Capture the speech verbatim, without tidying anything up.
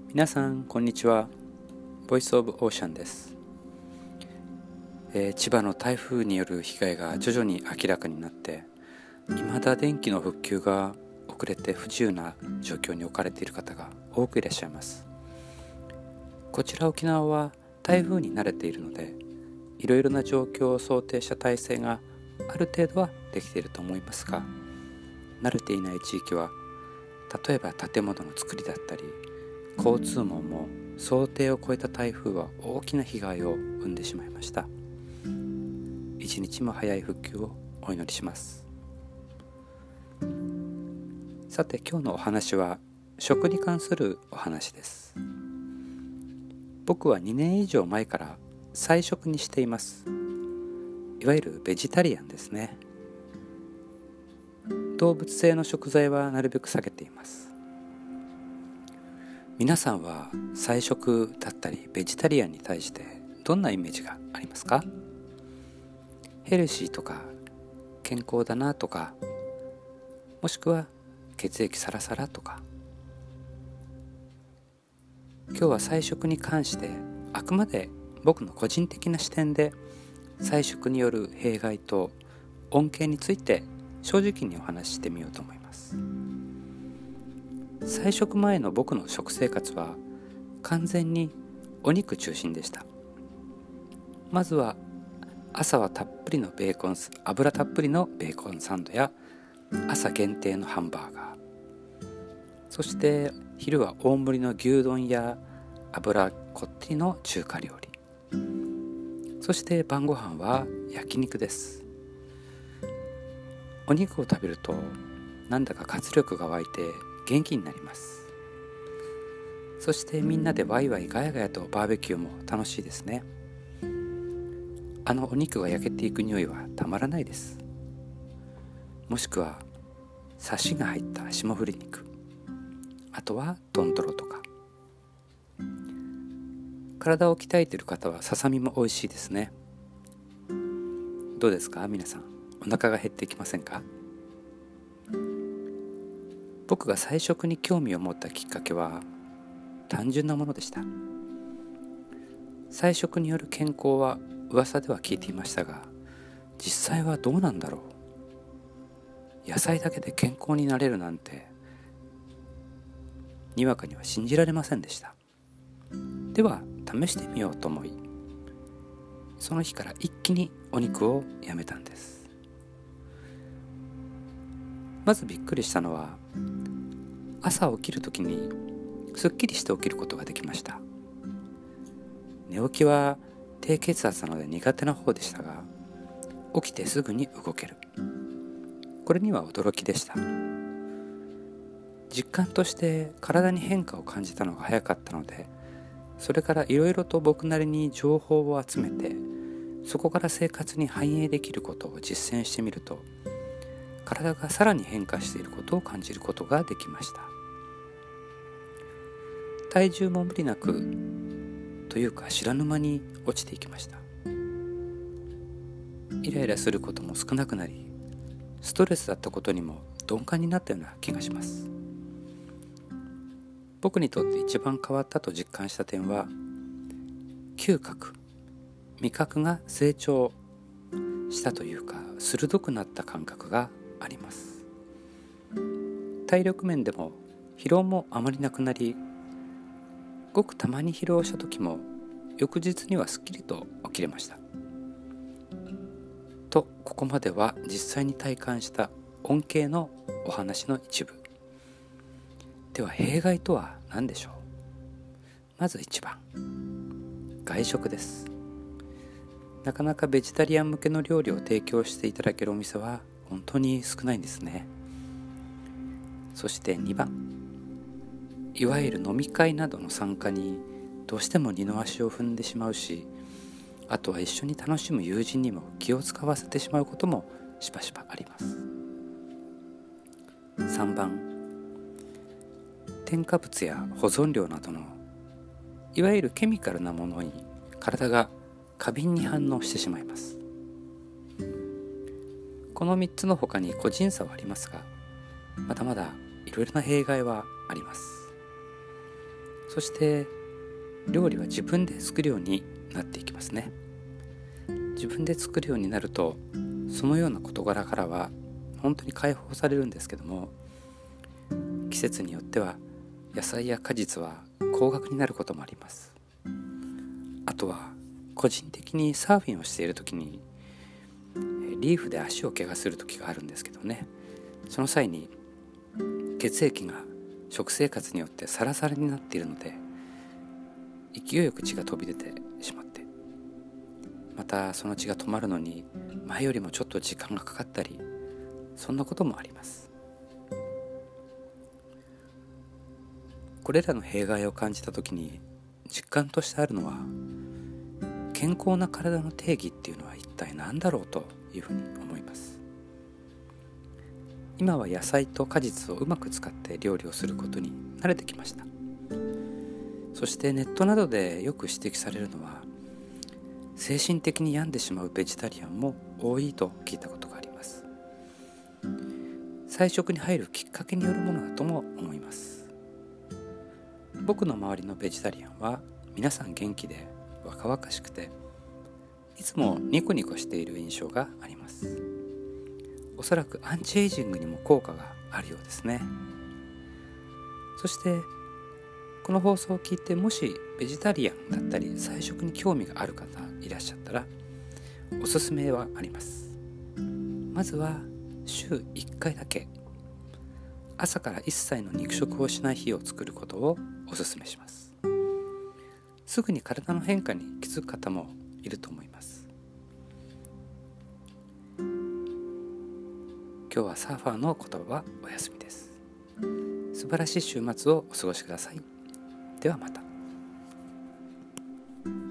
皆さんこんにちは。ボイスオブオーシャンです。えー、千葉の台風による被害が徐々に明らかになって、未だ電気の復旧が遅れて不自由な状況に置かれている方が多くいらっしゃいます。こちら沖縄は台風に慣れているので、いろいろな状況を想定した体制がある程度はできていると思いますが、慣れていない地域は例えば建物の造りだったり交通網も想定を超えた台風は大きな被害を生んでしまいました。一日も早い復旧をお祈りします。さて、今日のお話は食に関するお話です。僕はにねん以上前から菜食にしています。いわゆるベジタリアンですね。動物性の食材はなるべく避けています。皆さんは菜食だったりベジタリアンに対してどんなイメージがありますか？ヘルシーとか健康だなとか、もしくは血液サラサラとか。今日は菜食に関してあくまで僕の個人的な視点で菜食による弊害と恩恵について正直にお話ししてみようと思います。菜食前の僕の食生活は完全にお肉中心でした。まずは朝はたっぷりのベーコン油たっぷりのベーコンサンドや朝限定のハンバーガー、そして昼は大盛りの牛丼や油こってりの中華料理、そして晩ご飯は焼肉です。お肉を食べるとなんだか活力が湧いて元気になります。そしてみんなでワイワイガヤガヤとバーベキューも楽しいですね。あのお肉が焼けていく匂いはたまらないです。もしくはサシが入った霜降り肉、あとは豚トロとか。体を鍛えている方はささみも美味しいですね。どうですか皆さん、お腹が減ってきませんか？僕が菜食に興味を持ったきっかけは単純なものでした。菜食による健康は噂では聞いていましたが、実際はどうなんだろう。野菜だけで健康になれるなんて、にわかには信じられませんでした。では試してみようと思い、その日から一気にお肉をやめたんです。まずびっくりしたのは、朝起きるときにすっきりして起きることができました。寝起きは低血圧なので苦手な方でしたが、起きてすぐに動ける。これには驚きでした。実感として体に変化を感じたのが早かったので、それからいろいろと僕なりに情報を集めて、そこから生活に反映できることを実践してみると、体がさらに変化していることを感じることができました。体重も無理なくというか知らぬ間に落ちていきました。イライラすることも少なくなり、ストレスだったことにも鈍感になったような気がします。僕にとって一番変わったと実感した点は、嗅覚、味覚が成長したというか鋭くなった感覚があります。体力面でも疲労もあまりなくなり、ごくたまに疲労した時も翌日にはすっきりと起きれました。と、ここまでは実際に体感した恩恵のお話の一部。では弊害とは何でしょう。まず一番、外食です。なかなかベジタリアン向けの料理を提供していただけるお店は本当に少ないんですね。そしてにばん、いわゆる飲み会などの参加にどうしても二の足を踏んでしまうし、あとは一緒に楽しむ友人にも気を使わせてしまうこともしばしばあります。さんばん、添加物や保存料などのいわゆるケミカルなものに体が過敏に反応してしまいます。このみっつの他に個人差はありますが、まだまだいろいろな弊害はあります。 そして料理は自分で作るようになっていきますね。自分で作るようになると、そのような事柄からは本当に解放されるんですけども、季節によっては野菜や果実は高額になることもあります。あとは個人的にサーフィンをしている時にリーフで足を怪我する時があるんですけどね、その際に血液が食生活によってサラサラになっているので、勢いよく血が飛び出てしまって、またその血が止まるのに前よりもちょっと時間がかかったり、そんなこともあります。これらの弊害を感じた時に実感としてあるのは、健康な体の定義っていうのは一体何だろうというふうに思います。今は野菜と果実をうまく使って料理をすることに慣れてきました。そしてネットなどでよく指摘されるのは、精神的に病んでしまうベジタリアンも多いと聞いたことがあります。菜食に入るきっかけによるものだとも思います。僕の周りのベジタリアンは皆さん元気で若々しくて、いつもニコニコしている印象があります。おそらくアンチエイジングにも効果があるようですね。そしてこの放送を聞いて、もしベジタリアンだったり菜食に興味がある方いらっしゃったら、おすすめはあります。まずは週いっかいだけ朝から一切の肉食をしない日を作ることをおすすめします。すぐに体の変化に気づく方もいると思います。今日はサーファーの言葉はお休みです。素晴らしい週末をお過ごしください。ではまた。